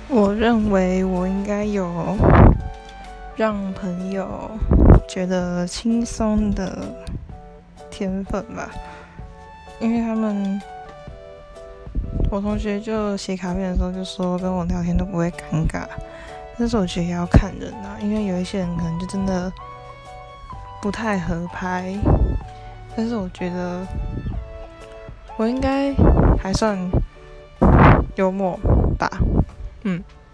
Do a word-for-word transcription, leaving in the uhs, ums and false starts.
我认为我应该有让朋友觉得轻松的天分吧，因为他们，我同学就写卡片的时候就说跟我聊天都不会尴尬，但是我觉得也要看人啊，因为有一些人可能就真的不太合拍，但是我觉得我应该还算幽默吧，嗯。